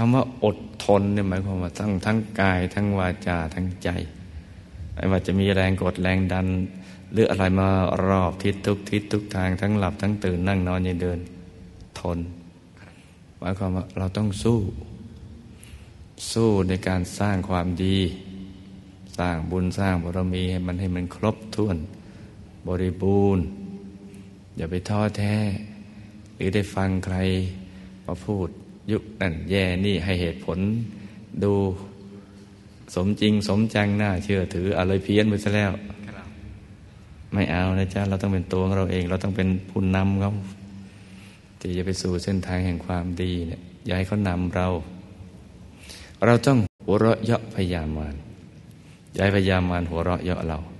ำว่าอดทนเนี่ยหมายความว่าทั้งกายทั้งวาจาทั้งใจไม่ว่าจะมีแรงกดแรงดันหรืออะไรมารอบทิศทุกทางทั้งหลับทั้งตื่นนั่งนอนยืนเดินทนหมายความว่าเราต้องสู้ในการสร้างความดีสร้างบุญสร้างบารมีให้มันครบถ้วนบริบูรณ์อย่าไปท้อแท้หรือได้ฟังใครมาพูดยุคนั่นแย่นี่ให้เหตุผลดูสมจริงสมจังน่าเชื่อถืออะไรเพี้ยนไปซะแล้วไม่เอานะจ๊ะเราต้องเป็นตัวของเราเองเราต้องเป็นผู้นำเขาที่จะไปสู่เส้นทางแห่งความดีเนี่ยอย่าให้เขานำเราต้องหัวเราะเยาะพยามารอย่าให้พยามารหัวเราะเยาะเรา